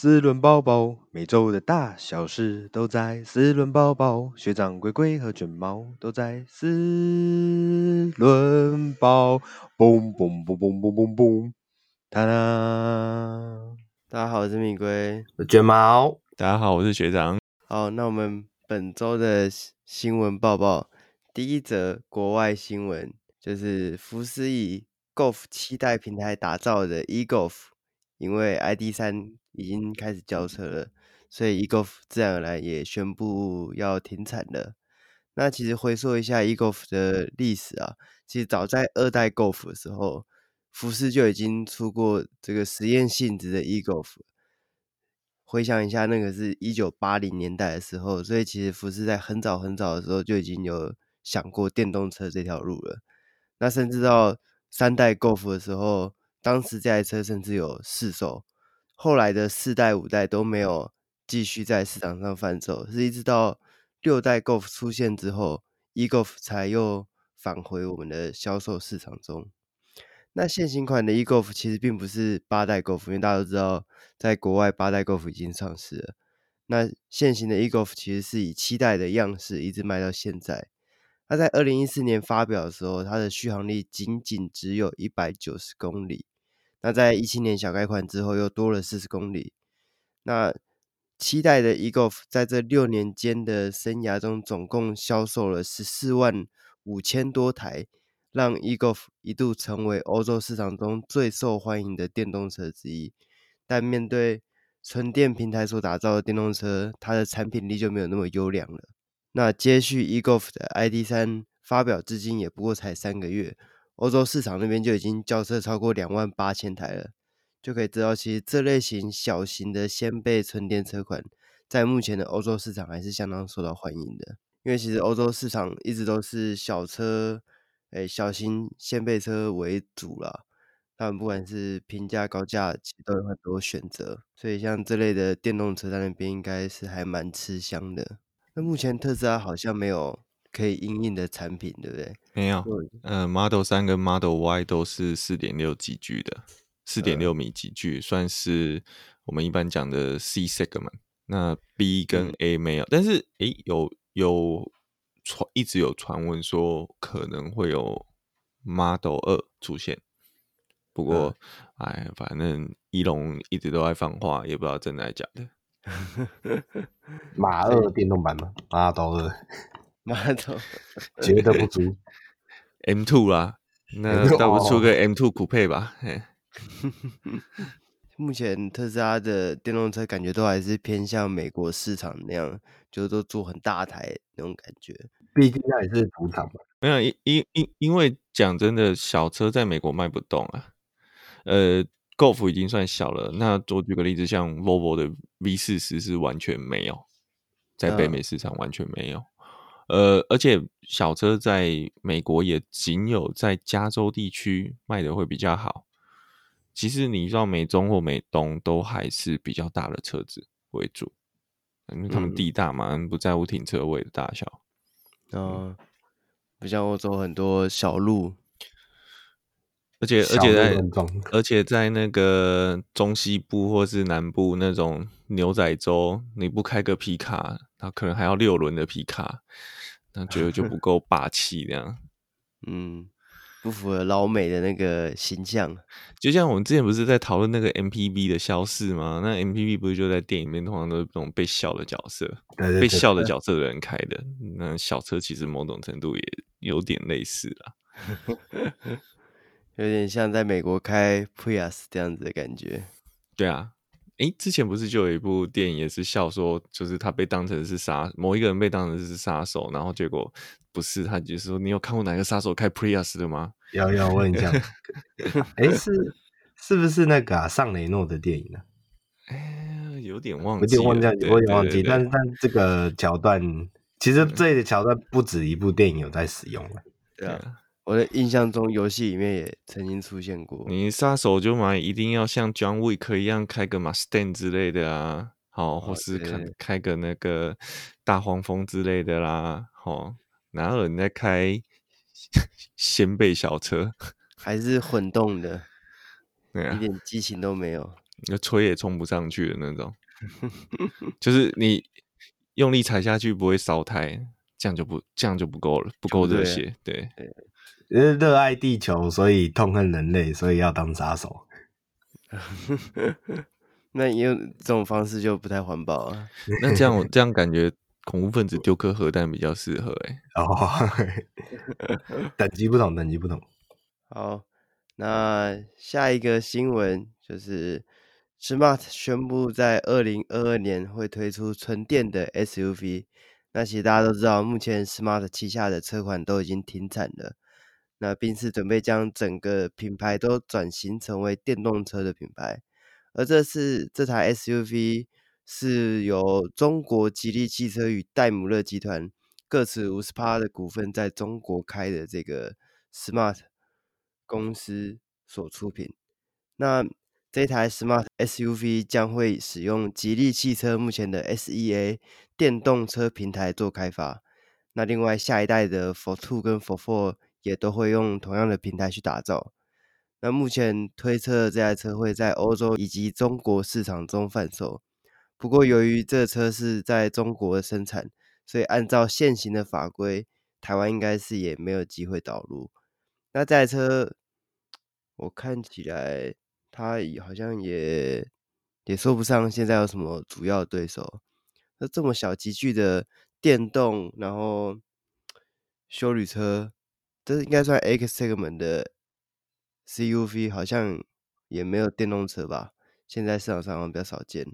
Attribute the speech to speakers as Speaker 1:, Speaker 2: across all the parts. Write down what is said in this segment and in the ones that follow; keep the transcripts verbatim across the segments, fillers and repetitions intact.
Speaker 1: 四轮宝宝，每周的大小事都在四轮宝宝。学长龟龟和卷毛都在四轮宝，嘣嘣嘣嘣嘣嘣嘣，哒啦！
Speaker 2: 大家好，我是米龟，
Speaker 3: 我卷毛。
Speaker 4: 大家好，我是学长。
Speaker 2: 好，那我们本周的新闻报报，第一则国外新闻就是福斯以 Golf 七代平台打造的 eGolf， 因为 I D 三 已经开始交车了，所以 eGolf 自然而然也宣布要停产了。那其实回溯一下 eGolf 的历史啊，其实早在二代 Golf 的时候，福斯就已经出过这个实验性质的 eGolf。回想一下，那个是一九八零年代的时候，所以其实福斯在很早很早的时候就已经有想过电动车这条路了。那甚至到三代 Golf 的时候，当时这台车甚至有试售，后来的四代、五代都没有继续在市场上贩售，是一直到六代 Golf 出现之后 ，eGolf 才又返回我们的销售市场中。那现行款的 eGolf 其实并不是八代 Golf， 因为大家都知道，在国外八代 Golf 已经上市了。那现行的 eGolf 其实是以七代的样式一直卖到现在。它在二零一四年发表的时候，它的续航力仅仅只有一百九十公里。那在一七年小改款之后又多了四十公里。那七代的 eGolf 在这六年间的生涯中，总共销售了十四万五千多台，让 eGolf 一度成为欧洲市场中最受欢迎的电动车之一。但面对纯电平台所打造的电动车，它的产品力就没有那么优良了。那接续 eGolf 的 I D 三 发表至今也不过才三个月，欧洲市场那边就已经交车超过两万八千台了，就可以知道其实这类型小型的掀背纯电车款在目前的欧洲市场还是相当受到欢迎的。因为其实欧洲市场一直都是小车、欸、小型掀背车为主啦，他们不管是平价高价其实都有很多选择，所以像这类的电动车在那边应该是还蛮吃香的。那目前特斯拉好像没有可以因应的产品，对不对？
Speaker 4: 没有，呃 ，Model 三跟 Model Y 都是 四点六 级距的 ,四点六 米级距、呃、算是我们一般讲的 C segment。那 B 跟 A 没有，嗯、但是诶有有传一直有传闻说可能会有 Model 二出现，不过哎、呃，反正伊隆一直都在放话，也不知道真的还是假的。
Speaker 3: 马二电动版吗？马斗二，
Speaker 2: 马斗
Speaker 3: 觉得不足。
Speaker 4: M 二 啦，那倒不出个 M 二 酷配吧？
Speaker 2: 目前特斯拉的电动车感觉都还是偏向美国市场那样，就都做很大台那种感觉。
Speaker 3: 毕竟那也是主场嘛。
Speaker 4: 没有，因因因因为讲真的，小车在美国卖不动啊。呃 ，Golf 已经算小了，那我举个例子，像 Volvo 的 V 四十 是完全没有，在北美市场完全没有。嗯、呃，而且小车在美国也仅有在加州地区卖的会比较好。其实你到美中或美东都还是比较大的车子为主，因为他们地大嘛，嗯、不在乎停车位的大小。
Speaker 2: 哦，不像欧洲很多小路，
Speaker 4: 而且而且在而且在那个中西部或是南部那种牛仔州，你不开个皮卡，那可能还要六轮的皮卡，那觉得就不够霸气这样。
Speaker 2: 嗯，不符合老美的那个形象。
Speaker 4: 就像我们之前不是在讨论那个 M P V 的消逝吗？那 M P V 不是就在电影里面通常都是那种被笑的角色，
Speaker 3: 对对对，
Speaker 4: 被笑的角色的人开的。那小车其实某种程度也有点类似啦。
Speaker 2: 有点像在美国开 Prius 这样子的感觉。
Speaker 4: 对啊，诶，之前不是就有一部电影也是笑说，就是他被当成是杀某一个人被当成是杀手，然后结果不是，他就是说你有看过哪个杀手开 Prius 的吗？
Speaker 3: 有有，我跟你讲，诶，是是不是那个啊尚雷诺的电影呢、啊？
Speaker 4: 哎，有点忘记了，
Speaker 3: 有点忘记，有点忘记。但但这个桥段，其实这里的桥段不止一部电影有在使用了。
Speaker 2: 对啊。我的印象中，游戏里面也曾经出现过。
Speaker 4: 你杀手就买，一定要像 John Wick 一样开个 Mustang 之类的啊，好、哦，或是开开个那个大黄蜂之类的啦，哦，哪有人在开掀背小车？
Speaker 2: 还是混动的，
Speaker 4: 对啊，
Speaker 2: 一点激情都没有。
Speaker 4: 那吹也冲不上去的那种，就是你用力踩下去不会烧胎，这样就不这样就不够了，不够热血。对，
Speaker 3: 因为热爱地球，所以痛恨人类，所以要当杀手。
Speaker 2: 那用这种方式就不太环保啊。
Speaker 4: 那这样这样感觉恐怖分子丢颗核弹比较适合哎、
Speaker 3: 欸。哦，等级不同，等级不同。
Speaker 2: 好，那下一个新闻就是 Smart 宣布在二零二二年会推出纯电的 S U V。那其实大家都知道，目前 Smart 旗下的车款都已经停产了。那宾士准备将整个品牌都转型成为电动车的品牌，而这次这台 S U V 是由中国吉利汽车与戴姆勒集团各持 百分之五十 的股份在中国开的这个 Smart 公司所出品。那这台 Smart S U V 将会使用吉利汽车目前的 S E A 电动车平台做开发。那另外下一代的 F O R 二 跟 F O R 四也都会用同样的平台去打造。那目前推测这台车会在欧洲以及中国市场中贩售。不过由于这车是在中国生产，所以按照现行的法规，台湾应该是也没有机会导入。那这台车我看起来它好像也也说不上现在有什么主要对手。那这么小级距的电动，然后休旅车，这应该算 X segment 的 C U V， 好像也没有电动车吧？现在市场上好像比较少见。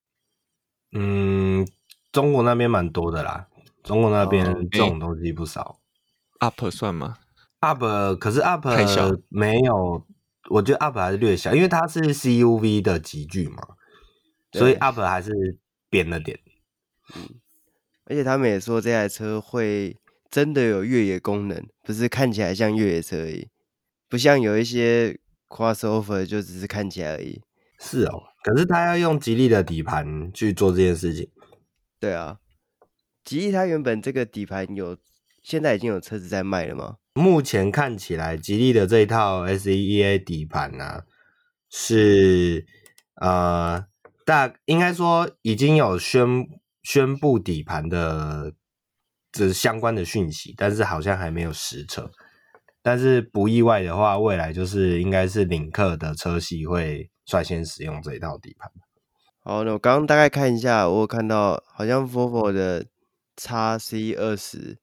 Speaker 3: 嗯，中国那边蛮多的啦，中国那边
Speaker 2: 哦
Speaker 3: 这种东西不少。
Speaker 4: Up 算吗
Speaker 3: ？Up 可是 Up
Speaker 4: 太小
Speaker 3: 没有，我觉得 Up 还是略小，因为它是 C U V 的级距嘛，所以
Speaker 2: 对
Speaker 3: Up 还是扁了点。
Speaker 2: 嗯，而且他们也说这台车会真的有越野功能，不是看起来像越野车而已，不像有一些 crossover 就只是看起来而已。
Speaker 3: 是哦，可是他要用吉利的底盘去做这件事情。
Speaker 2: 对啊，吉利它原本这个底盘有，现在已经有车子在卖了吗？
Speaker 3: 目前看起来，吉利的这一套 S E A 底盘啊，是呃大应该说已经有宣宣布底盘的这相关的讯息，但是好像还没有实车。但是不意外的话，未来就是应该是领克的车系会率先使用这一套底盘。
Speaker 2: 好，那我刚刚大概看一下，我有看到好像 Volvo 的 X C 二十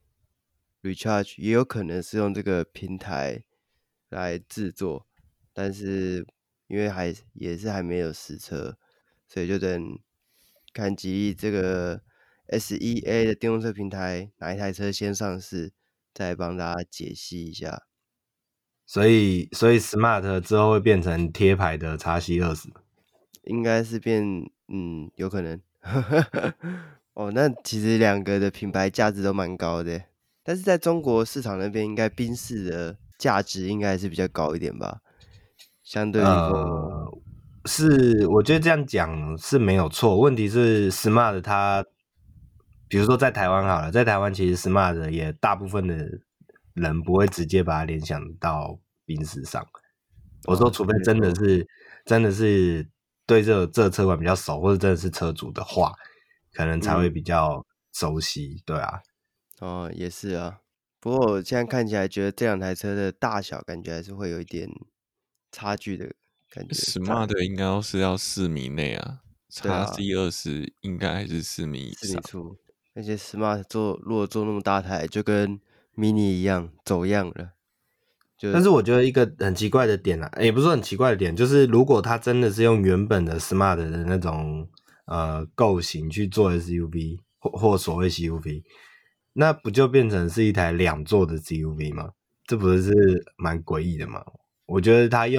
Speaker 2: Recharge 也有可能是用这个平台来制作，但是因为还也是还没有实车，所以就等看吉利这个 S E A 的电动车平台哪一台车先上市，再帮大家解析一下。
Speaker 3: 所以，所以 Smart 之后会变成贴牌的 X C 二十。
Speaker 2: 应该是变，嗯，有可能。哦，那其实两个的品牌价值都蛮高的，但是在中国市场那边，应该宾士的价值应该是比较高一点吧，相对于 Volvo。
Speaker 3: 呃，是，我觉得这样讲是没有错。问题是 Smart 它，比如说在台湾好了，在台湾其实 Smart 也大部分的人不会直接把它联想到宾士上。我说，
Speaker 2: 哦
Speaker 3: 除非真的是真的是对这个这个车款比较熟，或者真的是车主的话，可能才会
Speaker 2: 嗯
Speaker 3: 比较熟悉。对啊，
Speaker 2: 哦，也是啊。不过我现在看起来，觉得这两台车的大小感觉还是会有一点差距的感觉。
Speaker 4: ？Smart 应该要是要四米内啊
Speaker 2: 对啊
Speaker 4: ，X C 二十应该还是四米以
Speaker 2: 四米
Speaker 4: 上。
Speaker 2: 粗，而且 Smart 做如果做那么大台，就跟 Mini 一样走样了。就
Speaker 3: 但是我觉得一个很奇怪的点啊，也不是说很奇怪的点，就是如果它真的是用原本的 Smart 的那种呃构型去做 S U V 或或所谓 C U V， 那不就变成是一台两座的 C U V 吗？这不是蛮诡异的吗？我觉得它用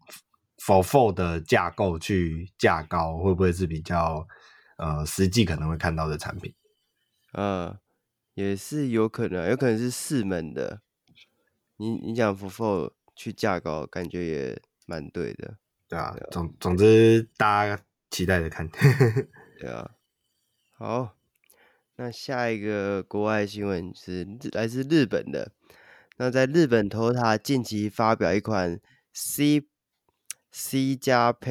Speaker 3: F O R 四 的架构去架高，会不会是比较呃实际可能会看到的产品？
Speaker 2: 呃，也是有可能，有可能是四门的。你你讲 F O R 去架高，感觉也蛮对的。
Speaker 3: 对啊，总总之大家期待着看。
Speaker 2: 对啊，好，那下一个国外新闻是日来自日本的。那在日本 Toyota 近期发表一款 C C 加 Pad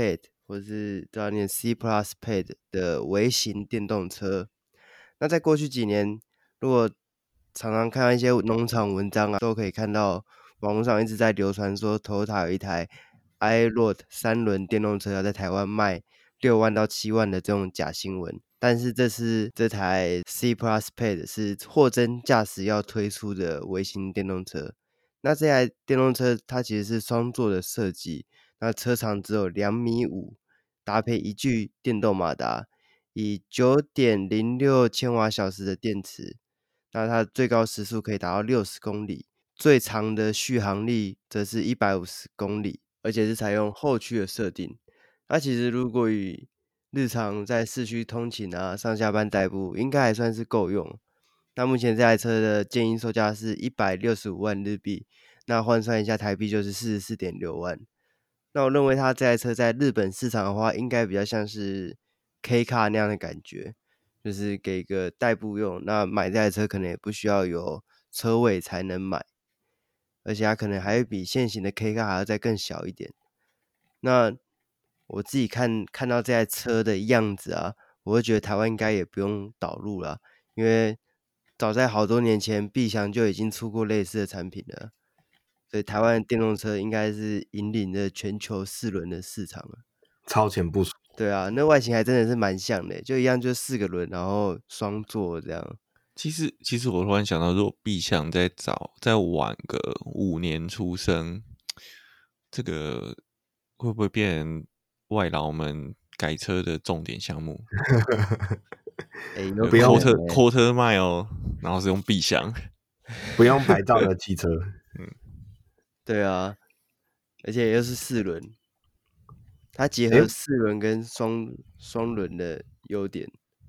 Speaker 2: 或是都要念 C plus Pad 的微型电动车。那在过去几年，如果常常看到一些农场文章啊，都可以看到网络上一直在流传说 Toyota 有一台 iRoad 三轮电动车要在台湾卖六万到七万的这种假新闻。但是这是这台 C plus Pad 是货真价实要推出的微型电动车。那这台电动车它其实是双座的设计，那车长只有两米五，搭配一具电动马达，以 九点零六千瓦小时的电池，那它最高时速可以达到六十公里，最长的续航力则是一百五十公里，而且是采用后驱的设定。那其实如果以日常在市区通勤啊、上下班代步，应该还算是够用。那目前这台车的建议售价是一百六十五万日币，那换算一下台币就是 四十四点六万。那我认为它这台车在日本市场的话，应该比较像是 K Car 那样的感觉，就是给个代步用。那买这台车可能也不需要有车位才能买，而且它可能还会比现行的 K Car 还要再更小一点。那我自己看看到这台车的样子啊，我会觉得台湾应该也不用导入啦，因为早在好多年前，必祥就已经出过类似的产品了，所以台湾的电动车应该是引领着全球四轮的市场了。
Speaker 3: 超前部署。
Speaker 2: 对啊，那外形还真的是蛮像的，就一样就四个轮，然后双座这样。
Speaker 4: 其实，其实我突然想到，如果毕祥再早再晚个五年出生，这个会不会变成外劳们改车的重点项目？
Speaker 2: 哎、有
Speaker 3: 不用
Speaker 2: 可能
Speaker 4: quarter
Speaker 2: 欸
Speaker 4: quarter mile，然后是用毕祥。
Speaker 3: 不用牌照的汽车，
Speaker 2: 对啊，而且又是四轮，它结
Speaker 3: 诶
Speaker 2: 合四轮跟双双轮的优点。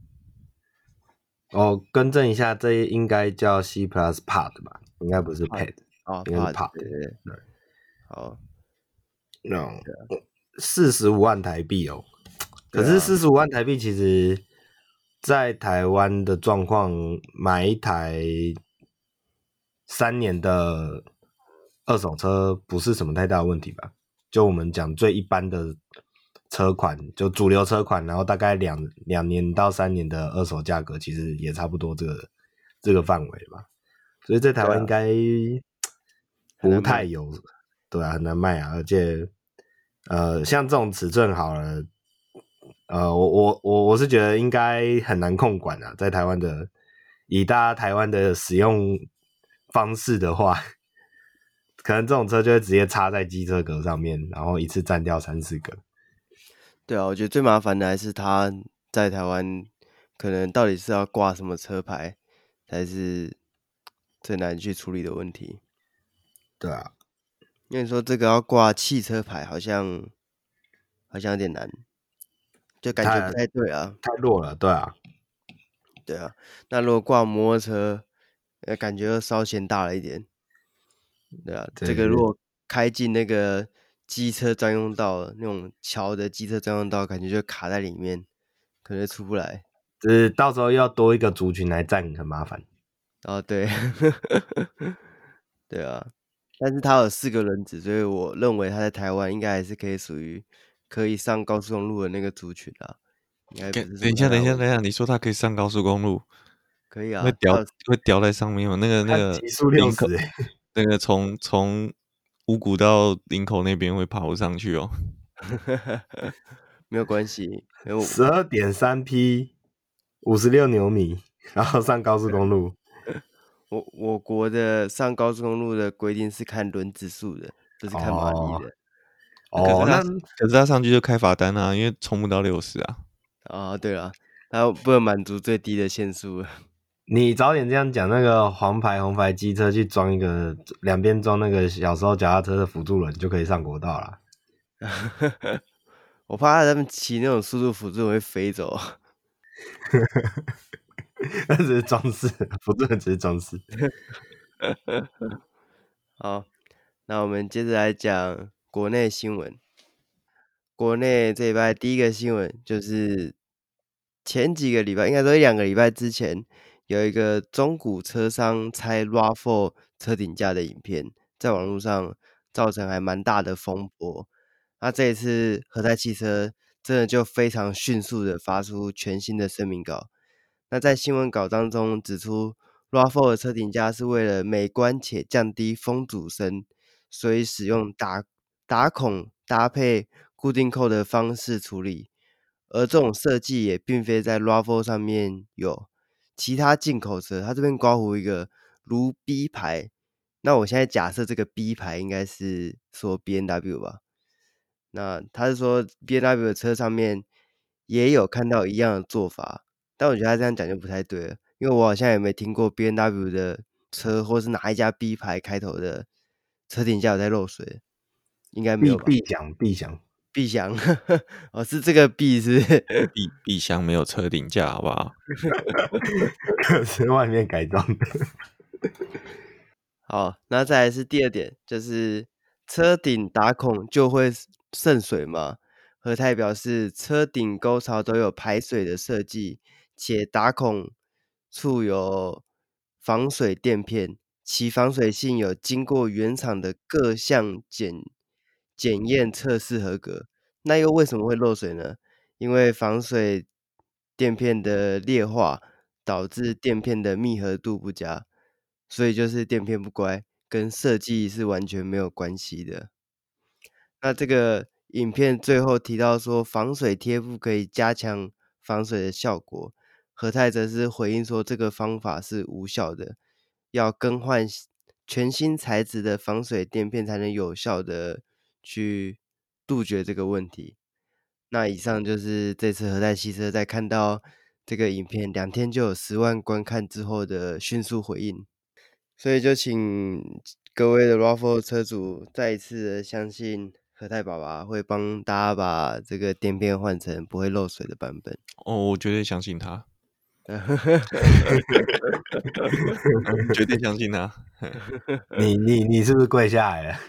Speaker 3: 哦，更正一下，这应该叫 C plus Pod 吧，应该不是 Pad，
Speaker 2: 啊，
Speaker 3: 应该是
Speaker 2: Pod，
Speaker 3: Pod。
Speaker 2: 对对对，好，
Speaker 3: 那四十五万台币哦，可
Speaker 2: 对啊
Speaker 3: 是四十五万台币其实，在台湾的状况，买一台三年的二手车不是什么太大的问题吧？就我们讲最一般的车款，就主流车款，然后大概两两年到三年的二手价格，其实也差不多这个这个范围吧。所以在台湾应该不太有，对啊，很难卖啊，而且呃，像这种尺寸好了，呃，我我我我是觉得应该很难控管啊，在台湾的以大家台湾的使用方式的话，可能这种车就会直接插在机车格上面，然后一次占掉三四个。
Speaker 2: 对啊，我觉得最麻烦的还是他在台湾可能到底是要挂什么车牌，才是最难去处理的问题。
Speaker 3: 对啊，
Speaker 2: 因为你说这个要挂汽车牌，好像好像有点难，就感觉
Speaker 3: 太
Speaker 2: 不太对啊。
Speaker 3: 太弱了，对啊，
Speaker 2: 对啊，那如果挂摩托车，呃，感觉又稍嫌大了一点。对啊，
Speaker 3: 对
Speaker 2: 这个如果开进那个机车专用道，那种桥的机车专用道，感觉就卡在里面，可能出不来。
Speaker 3: 就是到时候要多一个族群来占，很麻烦。
Speaker 2: 哦，对，对啊，但是它有四个轮子，所以我认为它在台湾应该还是可以属于可以上高速公路的那个族群啊。应该不是什么
Speaker 4: 等一下，等一下，
Speaker 2: 太大问题
Speaker 4: 等一下，你说它可以上高速公路，
Speaker 2: 可以啊，
Speaker 4: 会掉
Speaker 2: 它有
Speaker 4: 会掉在上面吗？那个那
Speaker 3: 它
Speaker 4: 个
Speaker 3: 极速
Speaker 4: 林口
Speaker 3: 六十，欸
Speaker 4: 那个从从五股到林口那边会爬不上去哦。
Speaker 2: 没有关系，因为我
Speaker 3: 十二点三匹，五十六牛米，然后上高速公路。
Speaker 2: 我我国的上高速公路的规定是看轮子数的，不是看马力的。
Speaker 3: 哦，
Speaker 4: 可是他
Speaker 3: 那
Speaker 4: 可是他上去就开罚单啊，因为冲不到六十啊。
Speaker 2: 啊，对了，它不能满足最低的限速。
Speaker 3: 你早点这样讲，那个黄牌红牌机车去装一个，两边装那个小时候脚踏车的辅助轮，就可以上国道了。
Speaker 2: 我怕他们骑那种速度辅助会飞走。
Speaker 3: 那只是装饰，辅助轮只是装饰。
Speaker 2: 好，那我们接着来讲国内新闻。国内这礼拜第一个新闻就是前几个礼拜，应该说一两个礼拜之前，有一个中古车商拆 R A V 四 车顶架的影片，在网络上造成还蛮大的风波。那这一次和泰汽车真的就非常迅速的发出全新的声明稿。那在新闻稿当中指出 R A V 四 的车顶架是为了美观且降低风阻声，所以使用打打孔搭配固定扣的方式处理，而这种设计也并非在 R A V 四 上面有。其他进口车它这边刮胡一个如 B 牌，那我现在假设这个 B 牌应该是说 B M W 吧，那他是说 B M W 的车上面也有看到一样的做法，但我觉得他这样讲就不太对了，因为我好像也没听过 B M W 的车或是哪一家 B 牌开头的车顶架有在漏水，应该没有吧？
Speaker 3: 必必讲必讲，
Speaker 2: 必祥哦，是这个 B 是不是？
Speaker 4: 壁壁箱没有车顶架，好不好？
Speaker 3: 可是外面改装的。
Speaker 2: 好，那再来是第二点，就是车顶打孔就会渗水吗？和泰表示，车顶沟槽都有排水的设计，且打孔处有防水垫片，其防水性有经过原厂的各项检检验测试合格。那又为什么会漏水呢？因为防水垫片的裂化导致垫片的密合度不佳。所以就是垫片不乖，跟设计是完全没有关系的。那这个影片最后提到说，防水贴布可以加强防水的效果，和泰则是回应说这个方法是无效的，要更换全新材质的防水垫片才能有效的去杜绝这个问题。那以上就是这次和泰汽车在看到这个影片两天就有十万观看之后的迅速回应。所以就请各位的 R A V 四 车主再一次的相信和泰爸爸会帮大家把这个垫片换成不会漏水的版本。
Speaker 4: 哦，我绝对相信他，嗯，绝对相信他。
Speaker 3: 你你你是不是跪下来了？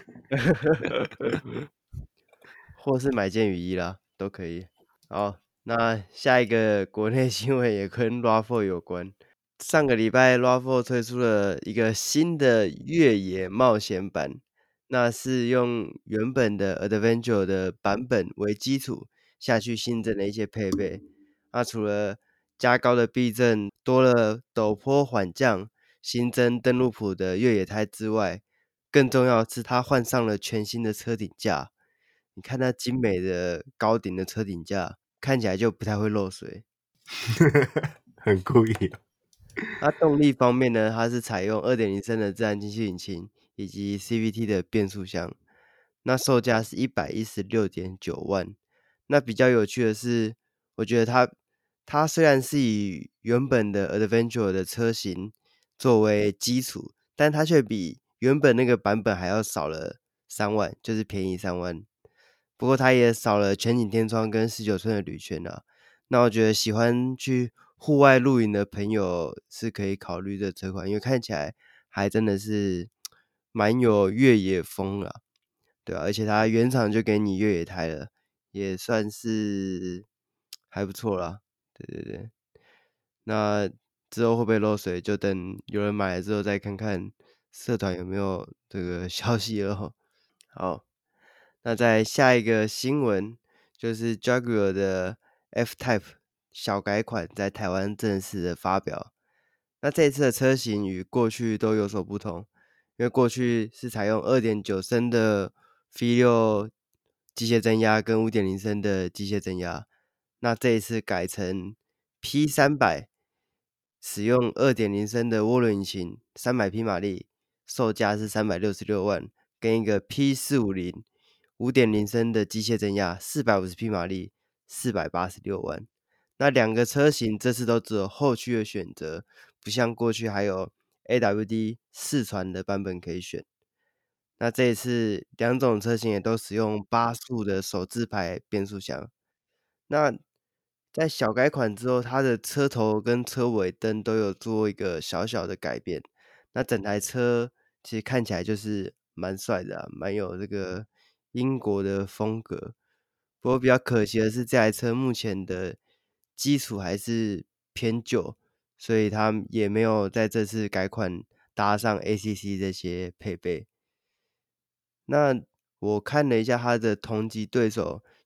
Speaker 2: 或是买件雨衣啦，都可以。好，那下一个国内新闻也跟 R A V 四 有关。上个礼拜 R A V 四 推出了一个新的越野冒险版，那是用原本的 Adventure 的版本为基础下去新增了一些配备。那除了加高的避震，多了陡坡缓降，新增登陆谱的越野胎之外，更重要的是它换上了全新的车顶架。你看它精美的高顶的车顶架，看起来就不太会漏水。
Speaker 3: 很故意哦。
Speaker 2: 那动力方面呢，它是采用 二点零 升的自然进气引擎以及 C V T 的变速箱。那售价是 一百一十六点九万。那比较有趣的是，我觉得它它虽然是以原本的 Adventure 的车型作为基础，但它却比原本那个版本还要少了三万，就是便宜三万。不过它也少了全景天窗跟十九寸的铝圈啊。那我觉得喜欢去户外露营的朋友是可以考虑的车款，因为看起来还真的是蛮有越野风啦，对啊，而且它原厂就给你越野胎了，也算是还不错啦。对对对，那之后会不会漏水，就等有人买了之后再看看社团有没有这个消息了齁。好，那在下一个新闻就是 Jaguar 的 F-Type 小改款在台湾正式的发表。那这一次的车型与过去都有所不同，因为过去是采用 二点九 升的 V 六 机械增压跟 五点零 升的机械增压，那这一次改成 P 三百，使用 二点零 升的涡轮引擎，三百匹马力，售价是三百六十六万，跟一个 P 四五零 五点零 升的机械增压，四百五十匹马力，四百八十六万。那两个车型这次都只有后驱的选择，不像过去还有 A W D 四传的版本可以选。那这一次两种车型也都使用八速的手自排变速箱。那在小改款之后，它的车头跟车尾灯都有做一个小小的改变。那整台车其实看起来就是蛮帅的啊，蛮有这个英国的风格。不过比较可惜的是，这台车目前的基础还是偏旧，所以它也没有在这次改款搭上 A C C 这些配备。那我看了一下它的同级对手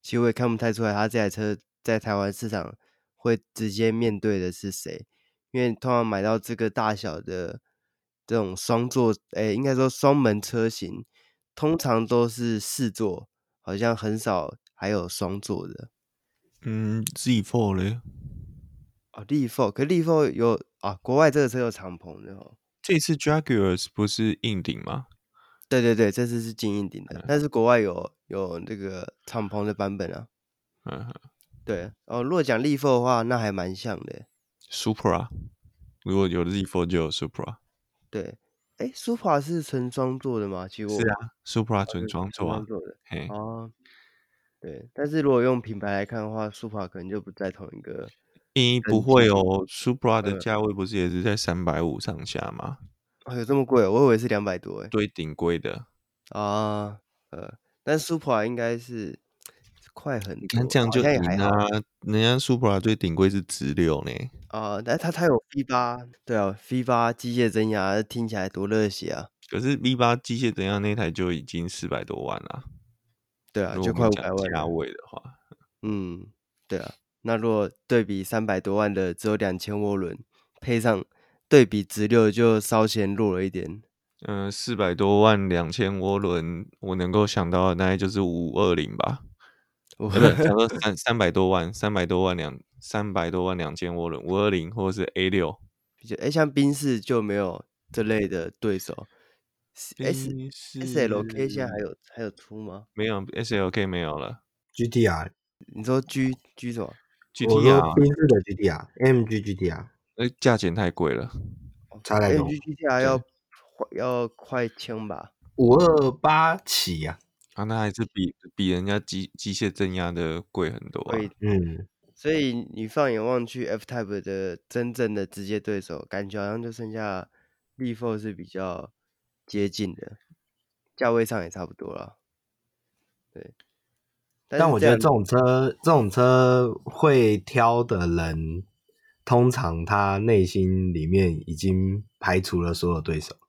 Speaker 2: 其实我也看不太出来他这台车在台湾市场会直接面对的是谁，因为通常买到这个大小的这种双座，诶，应该说双门车型，通常都是四座，好像很少还有双座的。
Speaker 4: 嗯 ，Z 四 嘞，
Speaker 2: 哦，力four，可力four有啊，国外这个车有敞篷的哦。
Speaker 4: 这次 Jaguars 不是硬顶吗？
Speaker 2: 对对对，这次是精英顶的，
Speaker 4: 嗯
Speaker 2: 但是国外有有那个敞篷的版本啊。
Speaker 4: 嗯哼
Speaker 2: 对哦，如果讲力four的话，那还蛮像的。
Speaker 4: ，Supra，如果有 Z 四 就有 Supra。
Speaker 2: 对，哎，Supra 是纯双座的吗？其实我
Speaker 4: 是啊，Supra
Speaker 2: 哦
Speaker 4: 纯
Speaker 2: 是纯
Speaker 4: 双座啊，
Speaker 2: 双座的
Speaker 4: 嘿，
Speaker 2: 哦。对，但是如果用品牌来看的话，Supra 可能就不在同一个
Speaker 4: 咦，不
Speaker 2: 等级。
Speaker 4: 会哦，Supra 的
Speaker 2: 嗯，
Speaker 4: 价位不是也是在三百五上下吗？
Speaker 2: 哦，有这么贵哦？我以为是两百多哎。
Speaker 4: 最顶贵的，
Speaker 2: 啊，呃，但 Supra 应该是快很
Speaker 4: 你
Speaker 2: 多，好
Speaker 4: 看这样就
Speaker 2: 像也还好。
Speaker 4: 赢啊，人家 Supra 最顶贵是直六呢。
Speaker 2: 啊，但它它有 V 八，对啊，V 八机械增压听起来多热血啊！
Speaker 4: 可是 V 八机械怎样那台就已经四百多万啦。
Speaker 2: 对啊，
Speaker 4: 如果
Speaker 2: 就快五
Speaker 4: 我们讲价
Speaker 2: 百万了。
Speaker 4: 位的话，
Speaker 2: 嗯，对啊。那如果对比三百多万的只有两千涡轮，配上对比直六就稍显弱了一点。
Speaker 4: 嗯，四百多万两千涡轮，我能够想到的大概就是五二零吧。
Speaker 2: 我
Speaker 4: 哎，不是，想说三三百多万，三百多万两三百多万两千涡轮，五二零或者是 A 六。
Speaker 2: 比较，哎，像宾士就没有这类的对手。S
Speaker 4: 宾
Speaker 2: S L K 现在还
Speaker 4: 士
Speaker 2: 有还有出吗？
Speaker 4: 没有 S L K 没有了
Speaker 3: G T R，
Speaker 2: 你说 G G 什么？
Speaker 3: 我说
Speaker 4: ，GTR
Speaker 3: 宾士的 G T R，A M G G T R
Speaker 4: 呃价钱太贵了，
Speaker 3: 差太多，
Speaker 2: ？A M G G T R
Speaker 4: 对
Speaker 2: 要要快千吧？
Speaker 3: 五二八起呀、
Speaker 4: 啊，那还是比比人家机机械增压的贵很多啊。
Speaker 2: 贵。
Speaker 3: 嗯，
Speaker 2: 所以你放眼望去 F Type 的真正的直接对手，感觉好像就剩下力 four 是比较接近的，价位上也差不多了。对，但
Speaker 3: 但
Speaker 2: 是这样
Speaker 3: 我觉得这种车，这种车会挑的人，通常他内心里面已经排除了所有对手。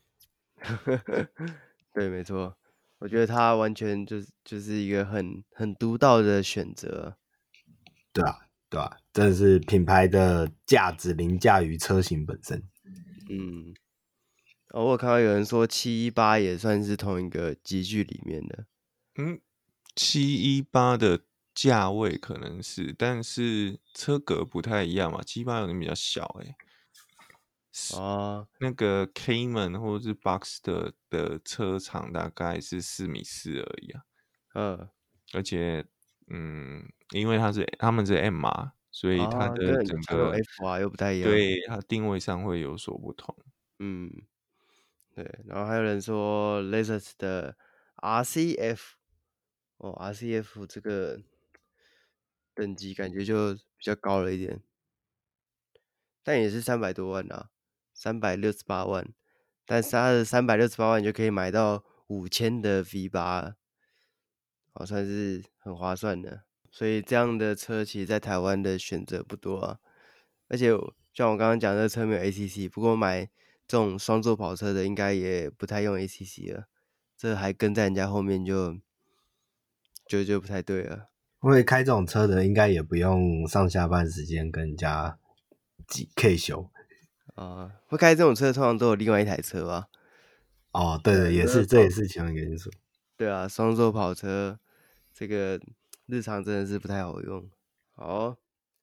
Speaker 2: 对，没错，我觉得它完全就是就是一个很很独到的选择。
Speaker 3: 对啊，对啊，真的是品牌的价值凌驾于车型本身。
Speaker 2: 嗯，哦，我有看到有人说七一八也算是同一个集聚里面的。
Speaker 4: 嗯，七一八的价位可能是，但是车格不太一样嘛，七一八有点比较小诶、欸。
Speaker 2: 哦，
Speaker 4: 那个 Cayman 或者是 Boxster 的车长大概是四米四而已啊，
Speaker 2: 嗯，
Speaker 4: 而且嗯，因为它是他们是 M 嘛，所以它
Speaker 2: 啊，
Speaker 4: 的
Speaker 2: 跟传统
Speaker 4: 整个
Speaker 2: F 啊又不太一样。
Speaker 4: 对它定位上会有所不同。
Speaker 2: 嗯，对，然后还有人说 Lexus 的 R C F， 哦，R C F 这个等级感觉就比较高了一点，但也是三百多万啊，三百六十八万，但是它的三百六十八万就可以买到五千的 V 八，好算是很划算的。所以这样的车其实在台湾的选择不多啊，而且像我刚刚讲的车没有 A C C， 不过买这种双座跑车的应该也不太用 A C C 了，这还跟在人家后面就就就不太对了。
Speaker 3: 会开这种车的，应该也不用上下班时间跟人家挤 K 修。
Speaker 2: 啊、会开这种车通常都有另外一台车吧？
Speaker 3: 哦，对对，也是，这也是其中一个因素。
Speaker 2: 对啊，双座跑车这个日常真的是不太好用。好，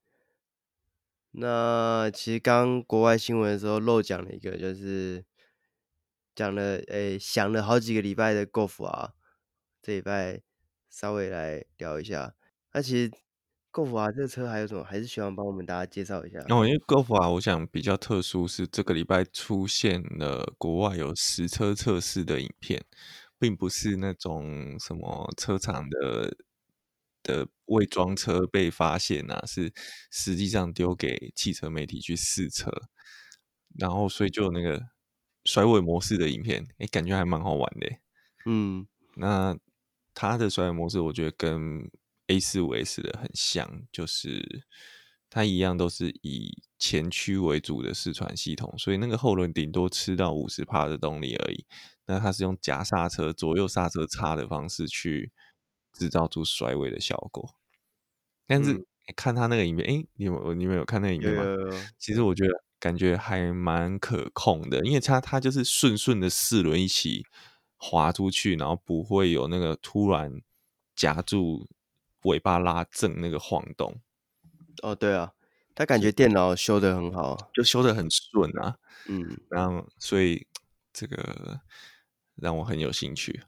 Speaker 2: 那其实刚国外新闻的时候漏讲了一个，就是讲了诶想了好几个礼拜的 Golf 啊，这礼拜稍微来聊一下。那其实 Golf 啊这个车还有什么？还是希望帮我们大家介绍一下。
Speaker 4: 哦，因为 Golf 啊，我想比较特殊是这个礼拜出现了国外有实车测试的影片，并不是那种什么车厂的的伪装车被发现啊，是实际上丢给汽车媒体去试车，然后所以就有那个甩尾模式的影片，哎，感觉还蛮好玩的欸。
Speaker 2: 嗯，
Speaker 4: 那它的甩尾模式，我觉得跟 A 四五 S 的很像，就是它一样都是以前驱为主的四传系统，所以那个后轮顶多吃到 百分之五十 的动力而已。那它是用夹刹车、左右刹车差的方式去制造出甩尾的效果。但是、
Speaker 2: 嗯
Speaker 4: 欸看他那个影片，哎、你有你们有看那个影
Speaker 2: 有
Speaker 4: 片吗？
Speaker 2: 有有，
Speaker 4: 其实我觉得感觉还蛮可控的，因为它它就是顺顺的四轮一起滑出去，然后不会有那个突然夹住尾巴拉正那个晃动，
Speaker 2: 哦对啊，他感觉电脑修得很好啊。
Speaker 4: 就修得很顺啊。
Speaker 2: 嗯，
Speaker 4: 然后所以这个让我很有兴趣。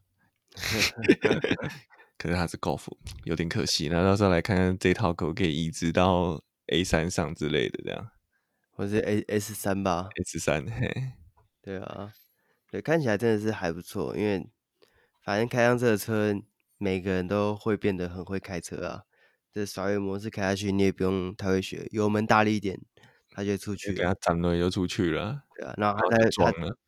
Speaker 4: 可是它是 Golf， 有点可惜。那到时候来看看这套可不可以移植到 A 三 上之类的，这样
Speaker 2: 或是 A S 三吧。
Speaker 4: S 三，嘿，
Speaker 2: 对啊，对，看起来真的是还不错，因为反正开上这个车，每个人都会变得很会开车啊。这甩尾模式开下去，你也不用太会学，油门大力一点，它就会出去了。
Speaker 4: 就给它斩了就出去了，
Speaker 2: 对啊，然后
Speaker 4: 然后就
Speaker 2: 它在
Speaker 4: 撞了。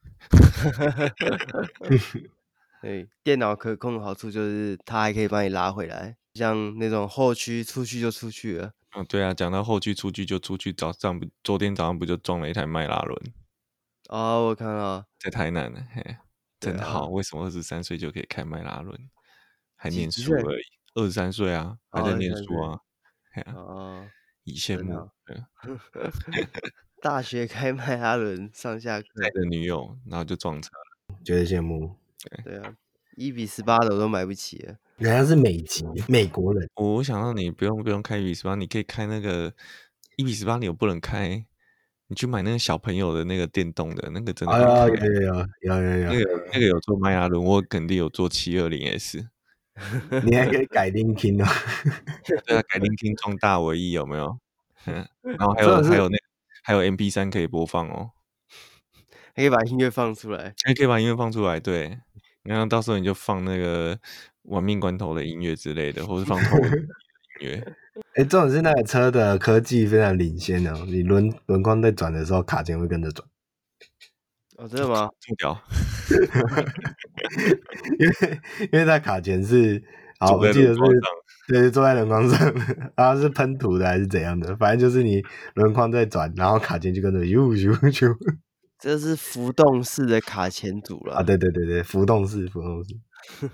Speaker 2: 对，电脑可控的好处就是它还可以帮你拉回来，像那种后驱出去就出去了。
Speaker 4: 嗯，对啊，讲到后驱出去就出去，早上不昨天早上不就撞了一台迈拉伦，
Speaker 2: 哦，我看到，
Speaker 4: 在台南呢，嘿，
Speaker 2: 对啊
Speaker 4: 真好。为什么二十三岁就可以开迈拉伦，还
Speaker 2: 几
Speaker 4: 念
Speaker 2: 几岁
Speaker 4: 书而已？二十三岁啊，还
Speaker 2: 哦
Speaker 4: 在念
Speaker 2: 23岁
Speaker 4: 书啊，嘿啊，
Speaker 2: 哦，
Speaker 4: 以羡慕
Speaker 2: 真好。
Speaker 4: 对
Speaker 2: 大学开迈拉伦上下课，
Speaker 4: 带着女友，然后就撞车了。
Speaker 3: 觉得羡慕。
Speaker 2: 对啊，一比十八的我都买不起了。
Speaker 3: 人家是美籍美国人，
Speaker 4: 我我想让你不用不用开一比十八，你可以开那个一比十八，你又不能开，你去买那个小朋友的那个电动的，那个真的
Speaker 3: 哎呀，
Speaker 4: 很开。
Speaker 3: 有有有有有有，
Speaker 4: 那个那个有做迈拉伦，我肯定有做七二零 S。
Speaker 3: 你还可以改丁听哦。
Speaker 4: 对啊，改天听装大尾翼有没有？嗯，然后还
Speaker 3: 这种是
Speaker 4: 有还有那还有 M P 三可以播放哦，
Speaker 2: 还可以把音乐放出来。
Speaker 4: 还可以把音乐放出来。对，然后到时候你就放那个玩命关头的音乐之类的，或是放头文字的音乐。
Speaker 3: 哎，这种是那个车的科技非常领先哦，你轮轮框在转的时候，卡钳会跟着转。
Speaker 2: 哦，真的吗？
Speaker 4: 这么屌，
Speaker 3: 因为因为它卡钳是，好，
Speaker 4: 坐在
Speaker 3: 我记得是
Speaker 4: 轮框上，
Speaker 3: 对，坐在轮框上，然后是喷涂的还是怎样的，反正就是你轮框在转，然后卡钳就跟着咻咻咻。
Speaker 2: 这是浮动式的卡钳组了
Speaker 3: 啊，对对对对，浮动式浮动式。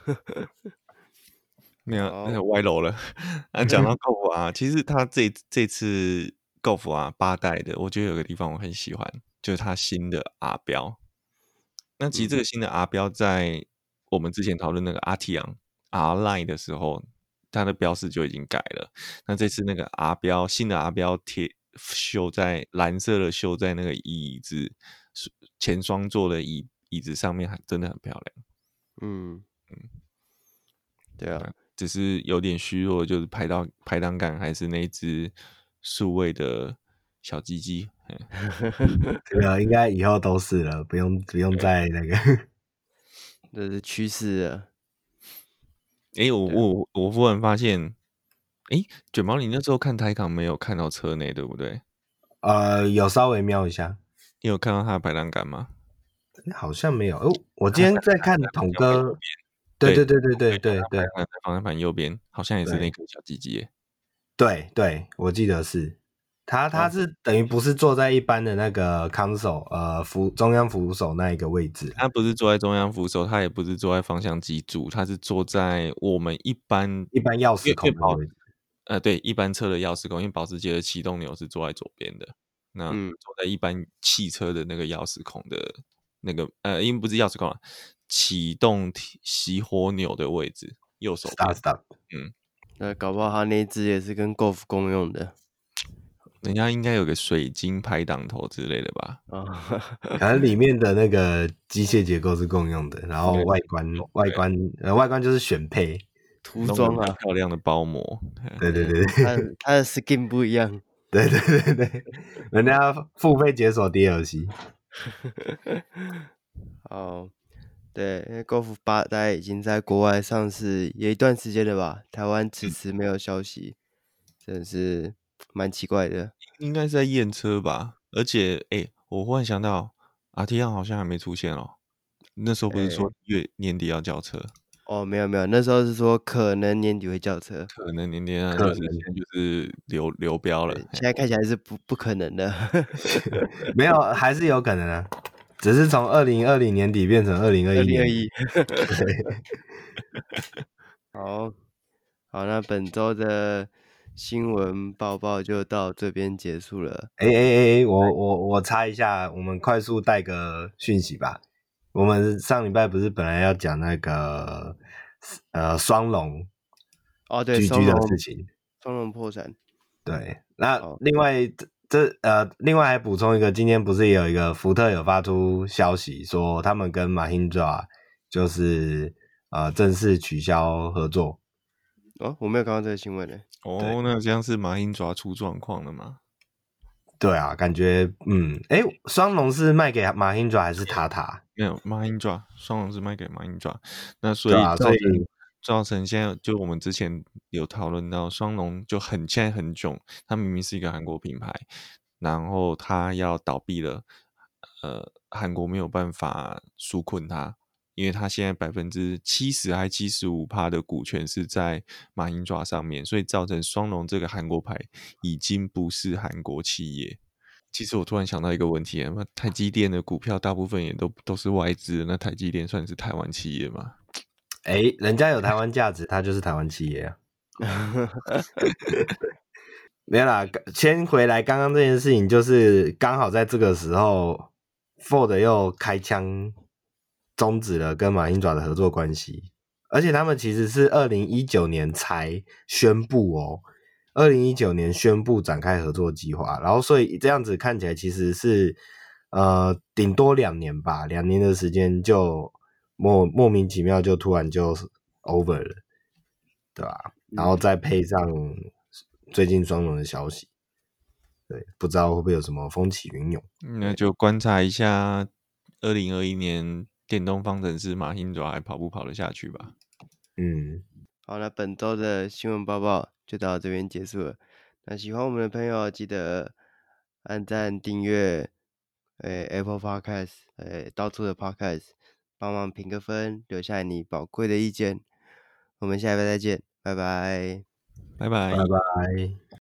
Speaker 4: 没有
Speaker 2: 好
Speaker 4: 那个歪楼了。啊，讲到 Golf 啊，其实它这这次 Golf 啊八代的，我觉得有个地方我很喜欢，就是它新的 R 标。那其实这个新的 R 标在我们之前讨论那个阿提昂 R Line 的时候，它的标示就已经改了。那这次那个 R 标新的 R 标贴绣在蓝色的绣在那个椅子前双座的椅椅子上面，还真的很漂亮。
Speaker 2: 嗯嗯，对啊，
Speaker 4: 只是有点虚弱，就是排到排档杆还是那一只数位的小鸡鸡。
Speaker 3: 这个应该以后都是了，不用不用再那个。
Speaker 2: 这是趋势了。
Speaker 4: 哎、欸，我我我忽然发现，哎、欸，卷毛，你那时候看台港没有看到车内，对不对？
Speaker 3: 呃，有稍微瞄一下。
Speaker 4: 你有看到它的排档杆吗？
Speaker 3: 好像没有。哦，我今天在看统哥。对对对对对对对，
Speaker 4: 方向盘右边好像也是那颗小鸡鸡耶。
Speaker 3: 对对，我记得是他，他是等于不是坐在一般的那个 console 呃扶中央扶手那一个位置，
Speaker 4: 他不是坐在中央扶手，他也不是坐在方向机柱，他是坐在我们一般
Speaker 3: 一般钥匙孔的位置。
Speaker 4: 呃，对，一般车的钥匙孔，因为保时捷的启动钮是坐在左边的，那
Speaker 2: 嗯
Speaker 4: 坐在一般汽车的那个钥匙孔的那个呃，因为不是钥匙孔啊，启动熄火钮的位置，右手边。
Speaker 3: Start stop。
Speaker 2: 嗯，那搞不好他那只也是跟 Golf 共用的。
Speaker 4: 人家应该有个水晶排挡头之类的吧？
Speaker 2: 啊、
Speaker 3: 哦，可能里面的那个机械结构是共用的，然后外观外观呃外观就是选配
Speaker 2: 涂装啊，
Speaker 4: 漂亮的包膜。
Speaker 3: 对对对，
Speaker 2: 它它的 skin 不一样。
Speaker 3: 对对对对，人家付费解锁 D L C。
Speaker 2: 哦，对，因为 Golf 八代已经在国外上市有一段时间了吧？台湾迟迟没有消息，真的是蛮奇怪的。
Speaker 4: 应该是在验车吧？而且，哎、欸，我忽然想到，阿提昂好像还没出现哦。那时候不是说月年底要交车？欸、
Speaker 2: 哦，没有没有，那时候是说可能年底会交车，
Speaker 4: 可能年底啊，就是现在就是流流标了。
Speaker 2: 现在看起来是不不可能的。
Speaker 3: 没有，还是有可能啊，只是从二零二零年底变成二零二一年。
Speaker 2: 二零二一。好， 好，那本周的新闻报报就到这边结束了。
Speaker 3: 哎哎哎，我我我插一下，我们快速带个讯息吧。我们上礼拜不是本来要讲那个呃双龙
Speaker 2: 哦，对，
Speaker 3: G
Speaker 2: 双
Speaker 3: G 的
Speaker 2: 龙
Speaker 3: 事情，
Speaker 2: 双龙破产。
Speaker 3: 对，那
Speaker 2: 好
Speaker 3: 另外这这呃，另外还补充一个，今天不是也有一个福特有发出消息说他们跟 Mahindra 就是呃正式取消合作。
Speaker 2: 哦，我没有看到这个新闻呢。
Speaker 4: 哦，那这样是马英抓出状况了吗？
Speaker 3: 对啊，感觉嗯，哎，双龙是卖给 Mahindra 还是塔塔？
Speaker 4: 没有，马英抓双龙是卖给马英抓，那所
Speaker 3: 对啊，
Speaker 4: 以造成、
Speaker 3: 所以
Speaker 4: 造成现在就我们之前有讨论到双龙就很现在很囧，它明明是一个韩国品牌，然后它要倒闭了，呃，韩国没有办法纾困它，因为它现在百分之七十还七十五趴的股权是在马英抓上面，所以造成双龙这个韩国牌已经不是韩国企业。其实我突然想到一个问题，那台积电的股票大部分也都都是外资的，那台积电算是台湾企业吗？
Speaker 3: 哎，人家有台湾价值，它就是台湾企业啊。没有啦，先回来刚刚这件事情，就是刚好在这个时候 ，Ford 又开枪终止了跟马英爪的合作关系，而且他们其实是二零一九年才宣布哦，二零一九年宣布展开合作计划，然后所以这样子看起来其实是呃顶多两年吧，两年的时间就莫莫名其妙就突然就 over 了，对吧？然后再配上最近双龙的消息，对，不知道会不会有什么风起云涌。
Speaker 4: 那就观察一下二零二一年电动方程式马英爪还跑不跑得下去吧。
Speaker 3: 嗯，
Speaker 2: 好，那本周的新闻报报就到这边结束了。那喜欢我们的朋友记得按赞、订阅，诶 Apple Podcast， 诶到处的 Podcast， 帮忙评个分，留下你宝贵的意见。我们下一拜再见，拜拜，
Speaker 4: 拜拜。
Speaker 3: 拜拜。